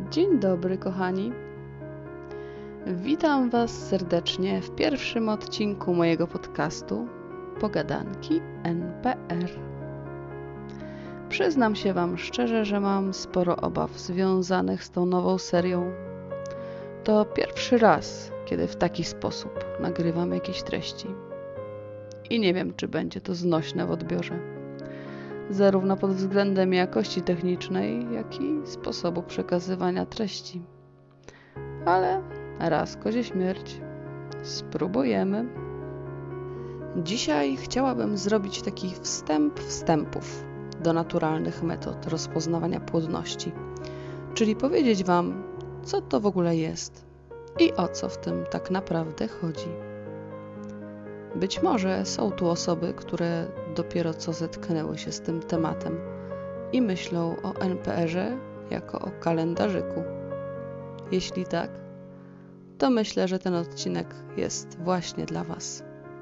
Dzień dobry, kochani. Witam Was serdecznie w pierwszym odcinku mojego podcastu Pogadanki NPR. Przyznam się Wam szczerze, że mam sporo obaw związanych z tą nową serią. To pierwszy raz, kiedy w taki sposób nagrywam jakieś treści. I nie wiem, czy będzie to znośne w odbiorze. Zarówno pod względem jakości technicznej, jak i sposobu przekazywania treści. Ale raz kozie śmierć. Spróbujemy. Dzisiaj chciałabym zrobić taki wstęp wstępów do naturalnych metod rozpoznawania płodności. Czyli powiedzieć Wam, co to w ogóle jest i o co w tym tak naprawdę chodzi. Być może są tu osoby, które dopiero co zetknęły się z tym tematem i myślą o NPR-ze jako o kalendarzyku. Jeśli tak, to myślę, że ten odcinek jest właśnie dla Was.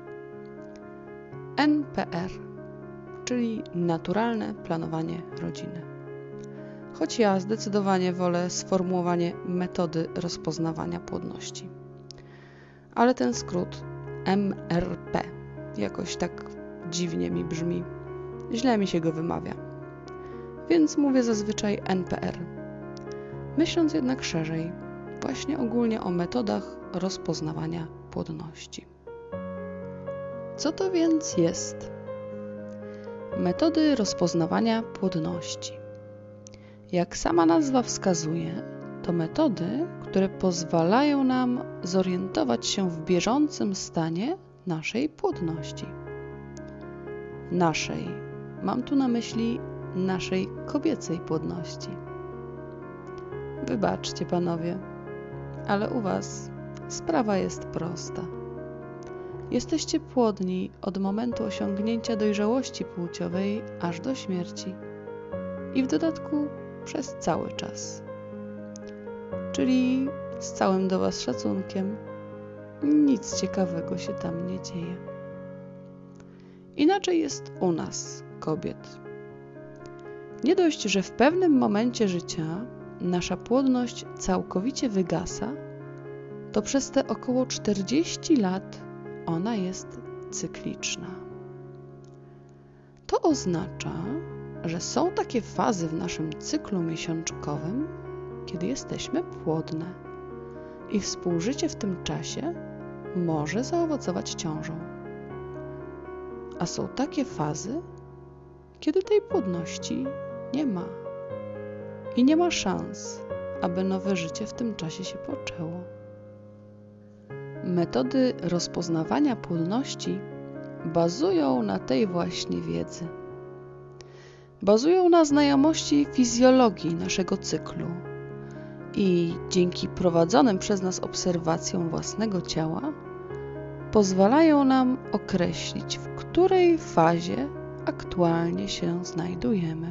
NPR, czyli naturalne planowanie rodziny. Choć ja zdecydowanie wolę sformułowanie metody rozpoznawania płodności. Ale ten skrót MRP jakoś tak dziwnie mi brzmi. Źle mi się go wymawia. Więc mówię zazwyczaj NPR. Myśląc jednak szerzej, właśnie ogólnie o metodach rozpoznawania płodności. Co to więc jest? Metody rozpoznawania płodności. Jak sama nazwa wskazuje, to metody, które pozwalają nam zorientować się w bieżącym stanie naszej płodności. Naszej. Mam tu na myśli naszej kobiecej płodności. Wybaczcie, panowie, ale u Was sprawa jest prosta. Jesteście płodni od momentu osiągnięcia dojrzałości płciowej aż do śmierci. I w dodatku przez cały czas. Czyli z całym do Was szacunkiem, nic ciekawego się tam nie dzieje. Inaczej jest u nas, kobiet. Nie dość, że w pewnym momencie życia nasza płodność całkowicie wygasa, to przez te około 40 lat ona jest cykliczna. To oznacza, że są takie fazy w naszym cyklu miesiączkowym, kiedy jesteśmy płodne i współżycie w tym czasie może zaowocować ciążą. A są takie fazy, kiedy tej płodności nie ma i nie ma szans, aby nowe życie w tym czasie się poczęło. Metody rozpoznawania płodności bazują na tej właśnie wiedzy. Bazują na znajomości fizjologii naszego cyklu i dzięki prowadzonym przez nas obserwacjom własnego ciała pozwalają nam określić, w której fazie aktualnie się znajdujemy.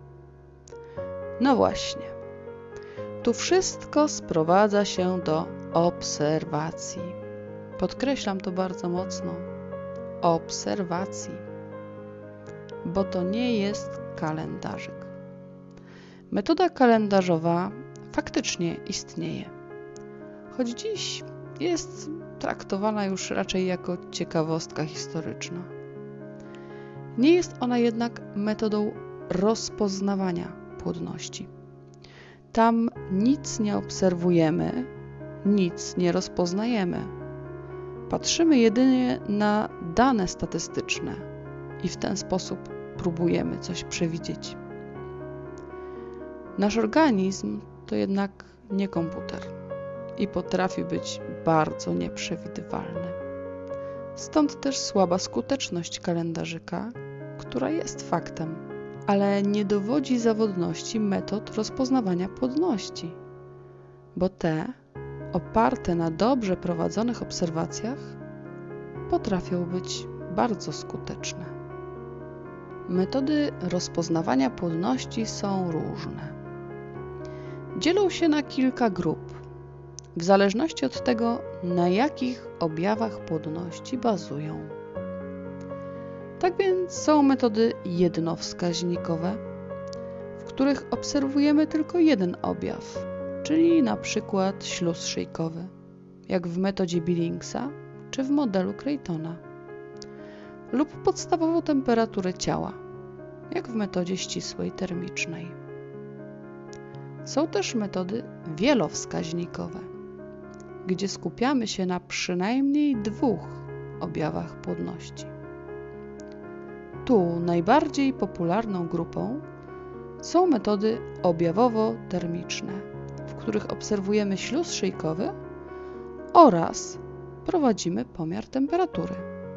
No właśnie, tu wszystko sprowadza się do obserwacji. Podkreślam to bardzo mocno. Obserwacji. Bo to nie jest kalendarzyk. Metoda kalendarzowa faktycznie istnieje, choć dziś jest traktowana już raczej jako ciekawostka historyczna. Nie jest ona jednak metodą rozpoznawania płodności. Tam nic nie obserwujemy, nic nie rozpoznajemy. Patrzymy jedynie na dane statystyczne i w ten sposób próbujemy coś przewidzieć. Nasz organizm to jednak nie komputer i potrafi być bardzo nieprzewidywalny. Stąd też słaba skuteczność kalendarzyka, która jest faktem, ale nie dowodzi zawodności metod rozpoznawania płodności, bo te, oparte na dobrze prowadzonych obserwacjach, potrafią być bardzo skuteczne. Metody rozpoznawania płodności są różne. Dzielą się na kilka grup, w zależności od tego, na jakich objawach płodności bazują. Tak więc są metody jednowskaźnikowe, w których obserwujemy tylko jeden objaw, czyli na przykład śluz szyjkowy, jak w metodzie Billingsa czy w modelu Creightona, lub podstawową temperaturę ciała, jak w metodzie ścisłej termicznej. Są też metody wielowskaźnikowe, gdzie skupiamy się na przynajmniej 2 objawach płodności. Tu najbardziej popularną grupą są metody objawowo-termiczne, w których obserwujemy śluz szyjkowy oraz prowadzimy pomiar temperatury.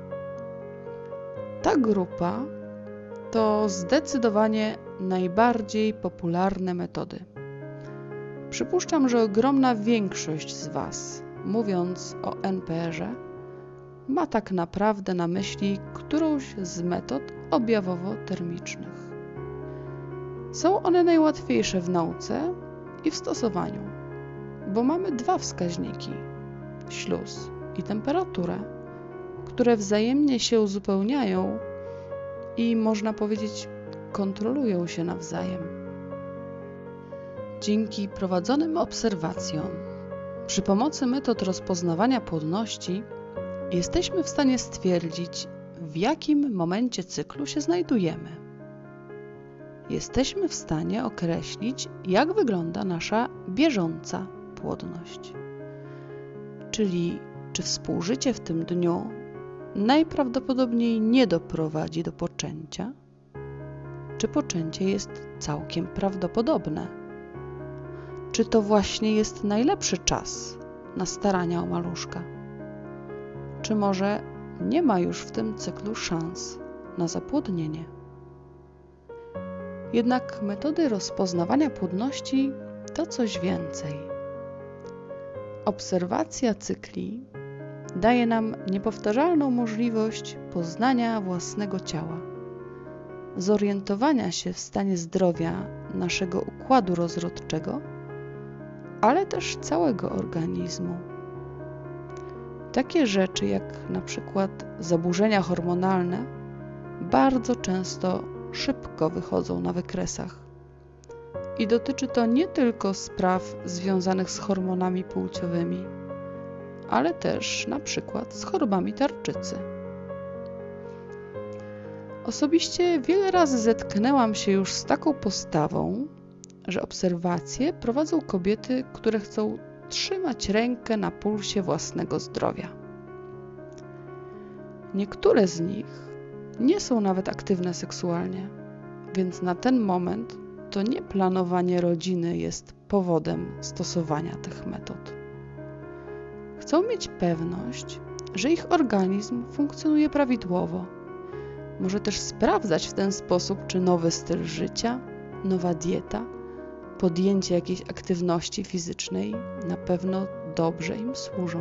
Ta grupa to zdecydowanie najbardziej popularne metody. Przypuszczam, że ogromna większość z Was, mówiąc o NPR-ze, ma tak naprawdę na myśli którąś z metod objawowo-termicznych. Są one najłatwiejsze w nauce i w stosowaniu, bo mamy 2 wskaźniki, śluz i temperaturę, które wzajemnie się uzupełniają i można powiedzieć kontrolują się nawzajem. Dzięki prowadzonym obserwacjom przy pomocy metod rozpoznawania płodności jesteśmy w stanie stwierdzić, w jakim momencie cyklu się znajdujemy. Jesteśmy w stanie określić, jak wygląda nasza bieżąca płodność, czyli czy współżycie w tym dniu najprawdopodobniej nie doprowadzi do poczęcia, czy poczęcie jest całkiem prawdopodobne, czy to właśnie jest najlepszy czas na starania o maluszka, czy może nie ma już w tym cyklu szans na zapłodnienie. Jednak metody rozpoznawania płodności to coś więcej. Obserwacja cykli daje nam niepowtarzalną możliwość poznania własnego ciała, zorientowania się w stanie zdrowia naszego układu rozrodczego, ale też całego organizmu. Takie rzeczy jak na przykład zaburzenia hormonalne bardzo często szybko wychodzą na wykresach. I dotyczy to nie tylko spraw związanych z hormonami płciowymi, ale też na przykład z chorobami tarczycy. Osobiście wiele razy zetknęłam się już z taką postawą, że obserwacje prowadzą kobiety, które chcą trzymać rękę na pulsie własnego zdrowia. Niektóre z nich nie są nawet aktywne seksualnie, więc na ten moment to nie planowanie rodziny jest powodem stosowania tych metod. Chcą mieć pewność, że ich organizm funkcjonuje prawidłowo. Może też sprawdzać w ten sposób, czy nowy styl życia, nowa dieta, podjęcie jakiejś aktywności fizycznej na pewno dobrze im służą.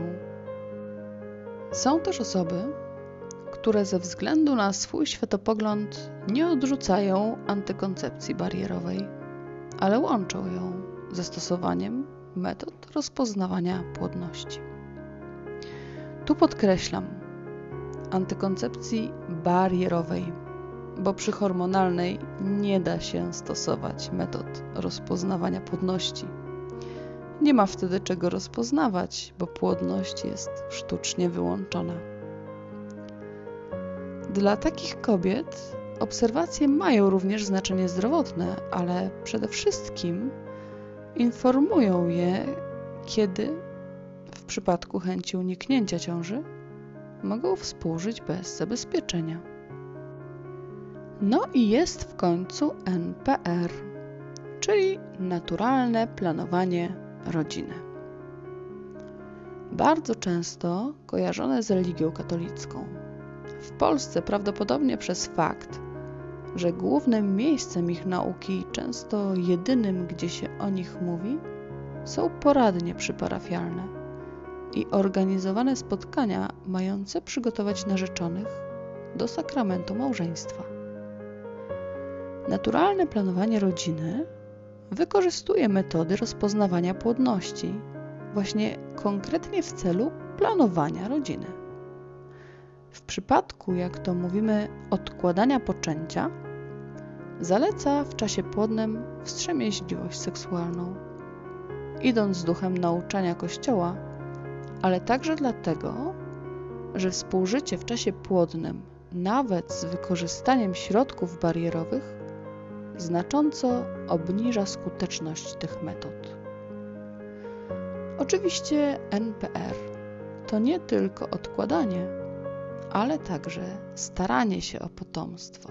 Są też osoby, które ze względu na swój światopogląd nie odrzucają antykoncepcji barierowej, ale łączą ją ze stosowaniem metod rozpoznawania płodności. Tu podkreślam antykoncepcji barierowej, bo przy hormonalnej nie da się stosować metod rozpoznawania płodności. Nie ma wtedy czego rozpoznawać, bo płodność jest sztucznie wyłączona. Dla takich kobiet obserwacje mają również znaczenie zdrowotne, ale przede wszystkim informują je, kiedy w przypadku chęci uniknięcia ciąży mogą współżyć bez zabezpieczenia. No i jest w końcu NPR, czyli naturalne planowanie rodziny. Bardzo często kojarzone z religią katolicką. W Polsce prawdopodobnie przez fakt, że głównym miejscem ich nauki, często jedynym, gdzie się o nich mówi, są poradnie przyparafialne i organizowane spotkania mające przygotować narzeczonych do sakramentu małżeństwa. Naturalne planowanie rodziny wykorzystuje metody rozpoznawania płodności właśnie konkretnie w celu planowania rodziny. W przypadku, jak to mówimy, odkładania poczęcia, zaleca w czasie płodnym wstrzemięźliwość seksualną idąc z duchem nauczania Kościoła, ale także dlatego, że współżycie w czasie płodnym, nawet z wykorzystaniem środków barierowych, znacząco obniża skuteczność tych metod. Oczywiście NPR to nie tylko odkładanie, ale także staranie się o potomstwo.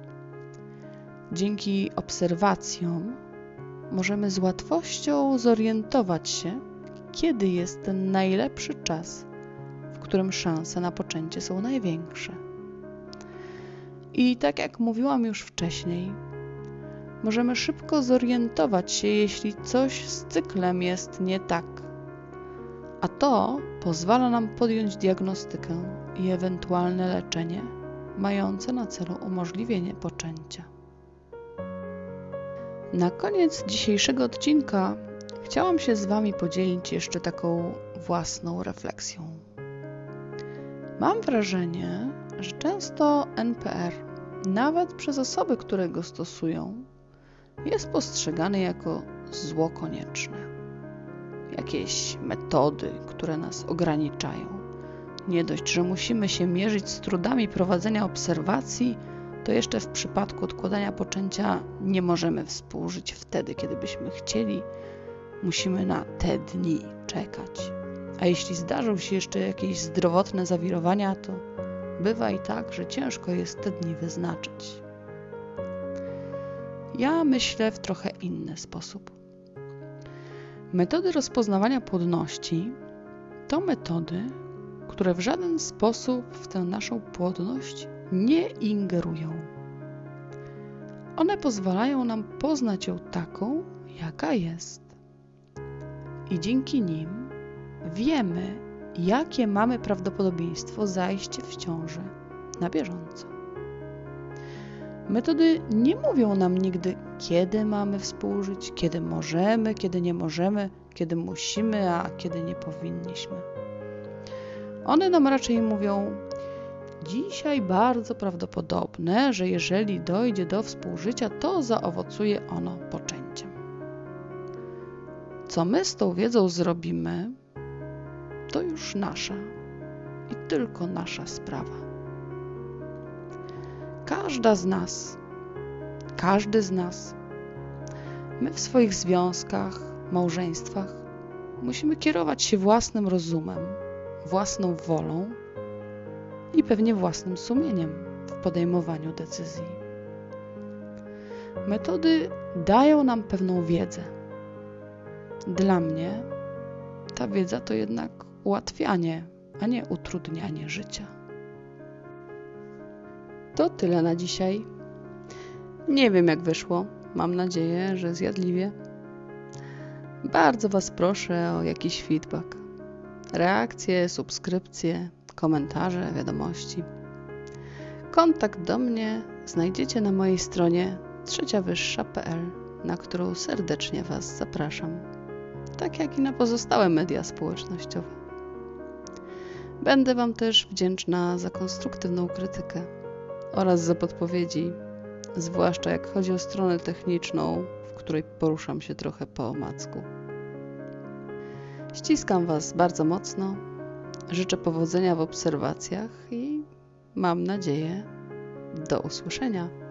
Dzięki obserwacjom możemy z łatwością zorientować się, kiedy jest ten najlepszy czas, w którym szanse na poczęcie są największe. I tak jak mówiłam już wcześniej, możemy szybko zorientować się, jeśli coś z cyklem jest nie tak, a to pozwala nam podjąć diagnostykę i ewentualne leczenie mające na celu umożliwienie poczęcia. Na koniec dzisiejszego odcinka chciałam się z Wami podzielić jeszcze taką własną refleksją. Mam wrażenie, że często NPR, nawet przez osoby, które go stosują, jest postrzegany jako zło konieczne. Jakieś metody, które nas ograniczają. Nie dość, że musimy się mierzyć z trudami prowadzenia obserwacji, to jeszcze w przypadku odkładania poczęcia nie możemy współżyć wtedy, kiedy byśmy chcieli. Musimy na te dni czekać. A jeśli zdarzą się jeszcze jakieś zdrowotne zawirowania, to bywa i tak, że ciężko jest te dni wyznaczyć. Ja myślę w trochę inny sposób. Metody rozpoznawania płodności to metody, które w żaden sposób w tę naszą płodność nie ingerują. One pozwalają nam poznać ją taką, jaka jest. I dzięki nim wiemy, jakie mamy prawdopodobieństwo zajścia w ciążę na bieżąco. Metody nie mówią nam nigdy, kiedy mamy współżyć, kiedy możemy, kiedy nie możemy, kiedy musimy, a kiedy nie powinniśmy. One nam raczej mówią, dzisiaj bardzo prawdopodobne, że jeżeli dojdzie do współżycia, to zaowocuje ono poczęciem. Co my z tą wiedzą zrobimy, to już nasza i tylko nasza sprawa. Każda z nas, każdy z nas, my w swoich związkach, małżeństwach musimy kierować się własnym rozumem, własną wolą i pewnie własnym sumieniem w podejmowaniu decyzji. Metody dają nam pewną wiedzę. Dla mnie ta wiedza to jednak ułatwianie, a nie utrudnianie życia. To tyle na dzisiaj. Nie wiem, jak wyszło. Mam nadzieję, że zjadliwie. Bardzo Was proszę o jakiś feedback. Reakcje, subskrypcje, komentarze, wiadomości. Kontakt do mnie znajdziecie na mojej stronie trzeciawyższa.pl, na którą serdecznie Was zapraszam. Tak jak i na pozostałe media społecznościowe. Będę Wam też wdzięczna za konstruktywną krytykę oraz za podpowiedzi, zwłaszcza jak chodzi o stronę techniczną, w której poruszam się trochę po omacku. Ściskam Was bardzo mocno, życzę powodzenia w obserwacjach i mam nadzieję, do usłyszenia.